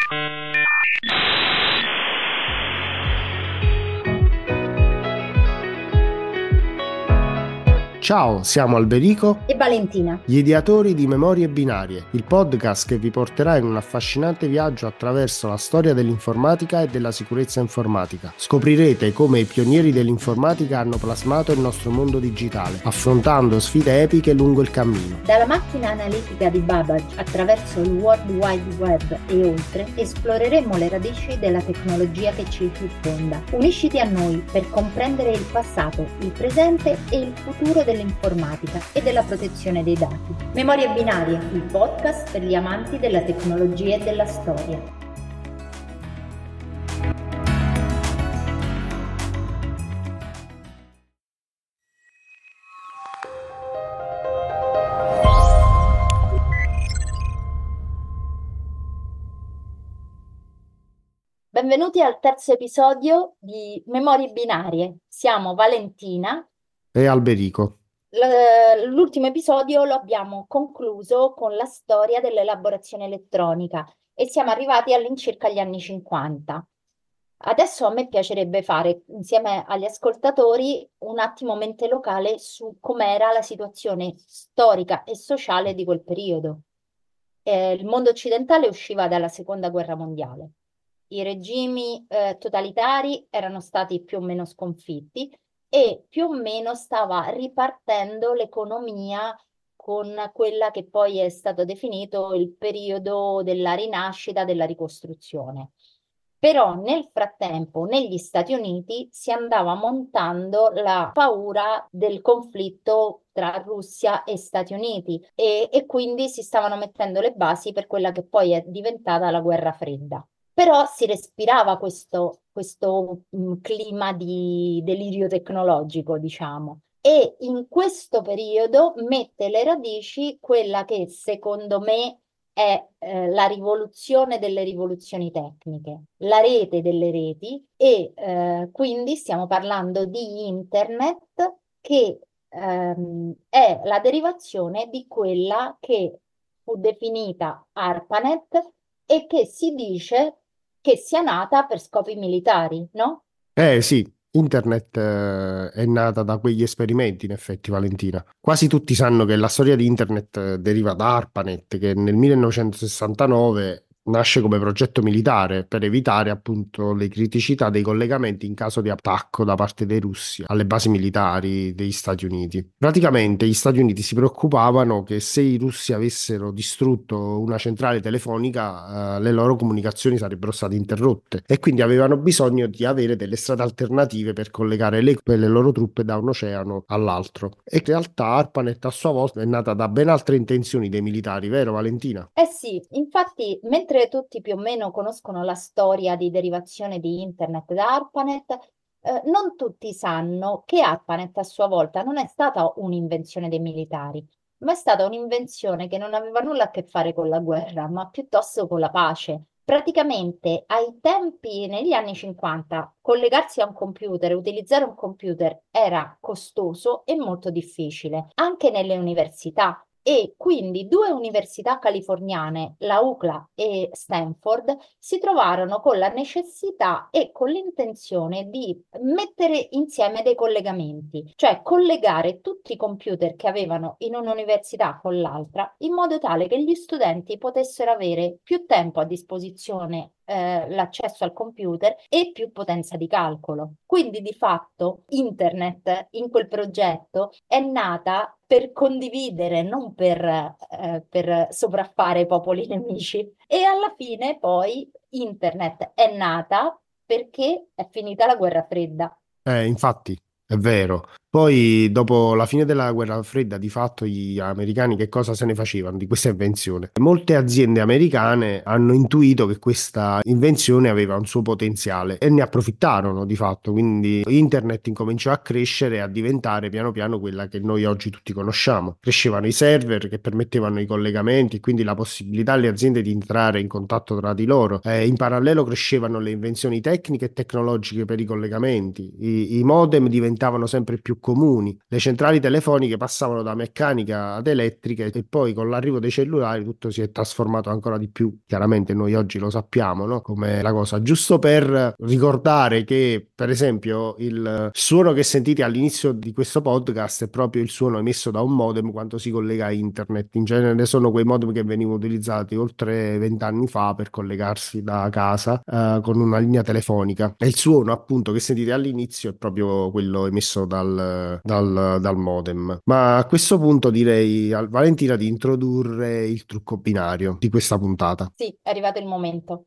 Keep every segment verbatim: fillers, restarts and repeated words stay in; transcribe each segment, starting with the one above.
Ciao, siamo Alberico e Valentina, gli ideatori di Memorie Binarie, il podcast che vi porterà in un affascinante viaggio attraverso la storia dell'informatica e della sicurezza informatica. Scoprirete come i pionieri dell'informatica hanno plasmato il nostro mondo digitale, affrontando sfide epiche lungo il cammino. Dalla macchina analitica di Babbage attraverso il World Wide Web e oltre, esploreremo le radici della tecnologia che ci circonda. Unisciti a noi per comprendere il passato, il presente e il futuro dell'informatica e della protezione dei dati. Memorie Binarie, il podcast per gli amanti della tecnologia e della storia. Benvenuti al terzo episodio di Memorie Binarie. Siamo Valentina e Alberico. L'ultimo episodio lo abbiamo concluso con la storia dell'elaborazione elettronica e siamo arrivati all'incirca agli anni cinquanta. Adesso a me piacerebbe fare insieme agli ascoltatori un attimo mente locale su com'era la situazione storica e sociale di quel periodo. Eh, il mondo occidentale usciva dalla seconda guerra mondiale. I regimi eh, totalitari erano stati più o meno sconfitti e più o meno stava ripartendo l'economia con quella che poi è stato definito il periodo della rinascita, della ricostruzione. Però nel frattempo negli Stati Uniti si andava montando la paura del conflitto tra Russia e Stati Uniti e, e quindi si stavano mettendo le basi per quella che poi è diventata la guerra fredda. Però si respirava questo, questo mh, clima di delirio tecnologico, diciamo. E in questo periodo mette le radici quella che secondo me è eh, la rivoluzione delle rivoluzioni tecniche, la rete delle reti e eh, quindi stiamo parlando di internet che ehm, è la derivazione di quella che fu definita ARPANET e che si dice che sia nata per scopi militari, no? Eh sì, internet eh, è nata da quegli esperimenti, in effetti, Valentina. Quasi tutti sanno che la storia di internet eh, deriva da ARPANET, che nel millenovecentosessantanove nasce come progetto militare per evitare appunto le criticità dei collegamenti in caso di attacco da parte dei russi alle basi militari degli Stati Uniti. Praticamente gli Stati Uniti si preoccupavano che se i russi avessero distrutto una centrale telefonica, eh, le loro comunicazioni sarebbero state interrotte e quindi avevano bisogno di avere delle strade alternative per collegare le, le loro truppe da un oceano all'altro. E in realtà ARPANET a sua volta è nata da ben altre intenzioni dei militari, vero Valentina? Eh sì, infatti, mentre tutti più o meno conoscono la storia di derivazione di Internet da ARPANET, eh, non tutti sanno che ARPANET a sua volta non è stata un'invenzione dei militari, ma è stata un'invenzione che non aveva nulla a che fare con la guerra, ma piuttosto con la pace. Praticamente ai tempi, negli anni cinquanta, collegarsi a un computer, utilizzare un computer era costoso e molto difficile, anche nelle università. E quindi due università californiane, la U C L A e Stanford, si trovarono con la necessità e con l'intenzione di mettere insieme dei collegamenti, cioè collegare tutti i computer che avevano in un'università con l'altra, in modo tale che gli studenti potessero avere più tempo a disposizione eh, l'accesso al computer e più potenza di calcolo. Quindi di fatto internet in quel progetto è nata per condividere, non per, eh, per sopraffare popoli nemici. E alla fine poi internet è nata perché è finita la guerra fredda. Eh, infatti, è vero. Poi, dopo la fine della guerra fredda, di fatto gli americani che cosa se ne facevano di questa invenzione? Molte aziende americane hanno intuito che questa invenzione aveva un suo potenziale e ne approfittarono di fatto. Quindi internet incominciò a crescere e a diventare piano piano quella che noi oggi tutti conosciamo. Crescevano i server che permettevano i collegamenti e quindi la possibilità alle aziende di entrare in contatto tra di loro. Eh, in parallelo crescevano le invenzioni tecniche e tecnologiche per i collegamenti. I, i modem diventavano sempre più comuni. Le centrali telefoniche passavano da meccanica ad elettriche e poi con l'arrivo dei cellulari tutto si è trasformato ancora di più. Chiaramente noi oggi lo sappiamo, no? Come la cosa. Giusto per ricordare che, per esempio, il suono che sentite all'inizio di questo podcast è proprio il suono emesso da un modem quando si collega a internet. In genere sono quei modem che venivano utilizzati oltre vent'anni fa per collegarsi da casa eh, con una linea telefonica. E il suono, appunto, che sentite all'inizio è proprio quello emesso dal, dal, dal modem. Ma a questo punto direi a Valentina di introdurre il trucco binario di questa puntata. Sì, è arrivato il momento.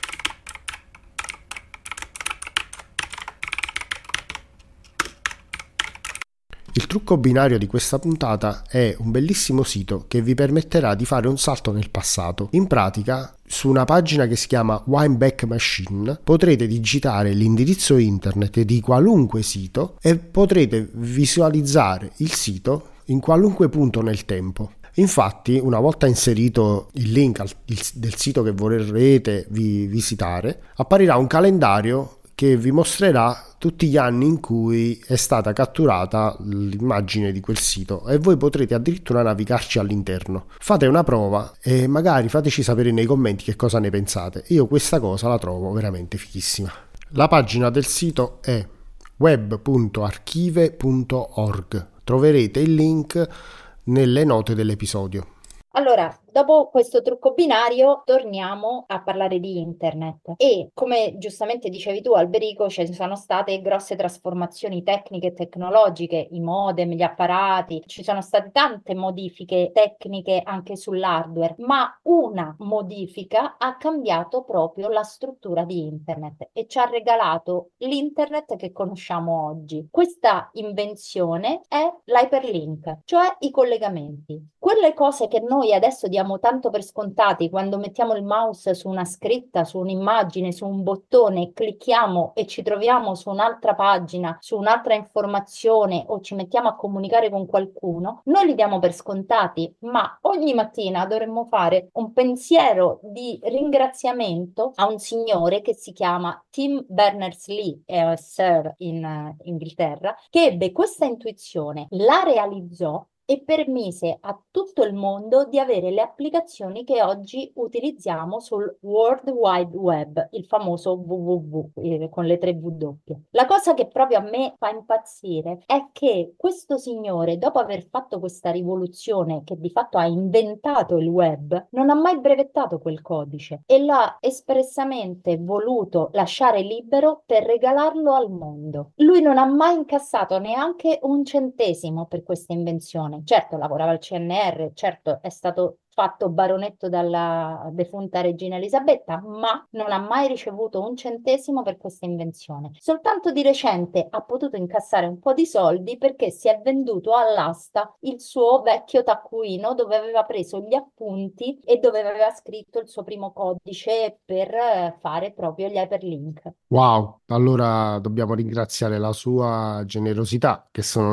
Il trucco binario di questa puntata è un bellissimo sito che vi permetterà di fare un salto nel passato. In pratica, su una pagina che si chiama Wayback Machine potrete digitare l'indirizzo internet di qualunque sito e potrete visualizzare il sito in qualunque punto nel tempo. Infatti, una volta inserito il link al, il, del sito che vorrete vi visitare, apparirà un calendario che vi mostrerà tutti gli anni in cui è stata catturata l'immagine di quel sito e voi potrete addirittura navigarci all'interno. Fate una prova e magari fateci sapere nei commenti che cosa ne pensate. Io questa cosa la trovo veramente fighissima. La pagina del sito è web punto archive punto org. Troverete il link nelle note dell'episodio. Allora, dopo questo trucco binario, torniamo a parlare di internet. E come giustamente dicevi tu, Alberico, ci sono state grosse trasformazioni tecniche e tecnologiche, i modem, gli apparati, ci sono state tante modifiche tecniche anche sull'hardware, ma una modifica ha cambiato proprio la struttura di internet e ci ha regalato l'internet che conosciamo oggi. Questa invenzione è l'hyperlink, cioè i collegamenti. Quelle cose che noi adesso diamo tanto per scontati quando mettiamo il mouse su una scritta, su un'immagine, su un bottone, clicchiamo e ci troviamo su un'altra pagina, su un'altra informazione o ci mettiamo a comunicare con qualcuno, noi li diamo per scontati, ma ogni mattina dovremmo fare un pensiero di ringraziamento a un signore che si chiama Tim Berners-Lee, è Sir in uh, Inghilterra, che ebbe questa intuizione, la realizzò e permise a tutto il mondo di avere le applicazioni che oggi utilizziamo sul World Wide Web, il famoso W W W eh, con le tre W. La cosa che proprio a me fa impazzire è che questo signore, dopo aver fatto questa rivoluzione che di fatto ha inventato il web, non ha mai brevettato quel codice e l'ha espressamente voluto lasciare libero per regalarlo al mondo. Lui non ha mai incassato neanche un centesimo per questa invenzione. Certo, lavorava al C N R, certo è stato fatto baronetto dalla defunta regina Elisabetta, ma non ha mai ricevuto un centesimo per questa invenzione. Soltanto di recente ha potuto incassare un po' di soldi perché si è venduto all'asta il suo vecchio taccuino dove aveva preso gli appunti e dove aveva scritto il suo primo codice per fare proprio gli hyperlink. Wow, allora dobbiamo ringraziare la sua generosità, che sono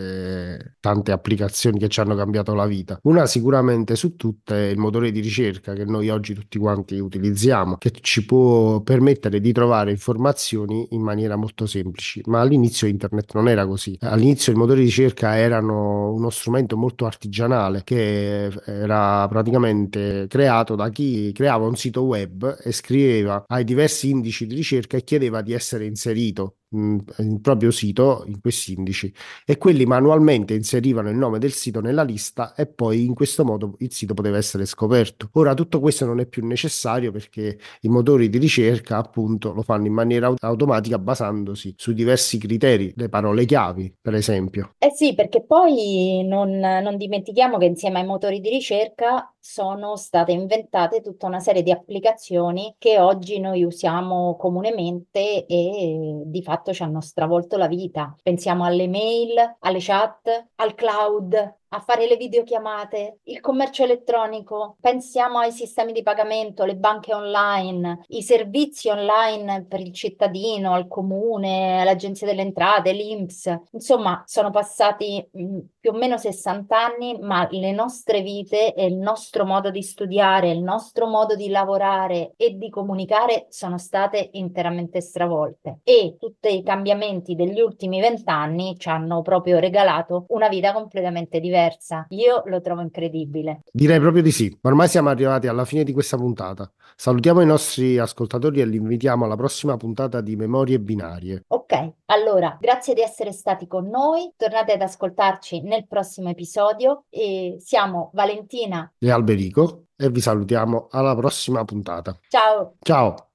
nate tante applicazioni che ci hanno cambiato la vita. Una sicuramente su tutte è il motore di ricerca che noi oggi tutti quanti utilizziamo, che ci può permettere di trovare informazioni in maniera molto semplice, ma all'inizio internet non era così. All'inizio il motore di ricerca erano uno strumento molto artigianale che era praticamente creato da chi creava un sito web e scriveva ai diversi indici di ricerca e chiedeva di essere inserito mh, il proprio sito in questi indici e quelli manualmente inserivano il nome del sito nella lista e poi in questo modo il sito poteva essere scoperto. Ora tutto questo non è più necessario perché i motori di ricerca appunto lo fanno in maniera aut- automatica basandosi su diversi criteri, le parole chiavi per esempio. Eh sì, perché poi non, non dimentichiamo che insieme ai motori di ricerca sono state inventate tutta una serie di applicazioni che oggi noi usiamo comunemente e di fatto ci hanno stravolto la vita. Pensiamo alle mail, alle chat, al cloud, a fare le videochiamate, il commercio elettronico, pensiamo ai sistemi di pagamento, le banche online, i servizi online per il cittadino, al comune, all'Agenzia delle Entrate, l'I N P S. Insomma, sono passati mh, più o meno sessanta anni, ma le nostre vite e il nostro modo di studiare, il nostro modo di lavorare e di comunicare sono state interamente stravolte. E tutti i cambiamenti degli ultimi vent'anni ci hanno proprio regalato una vita completamente diversa. Io lo trovo incredibile. Direi proprio di sì. Ormai siamo arrivati alla fine di questa puntata. Salutiamo i nostri ascoltatori e li invitiamo alla prossima puntata di Memorie Binarie. Ok, allora, grazie di essere stati con noi. Tornate ad ascoltarci nel prossimo episodio e siamo Valentina. E Alberico e vi salutiamo alla prossima puntata. Ciao. Ciao!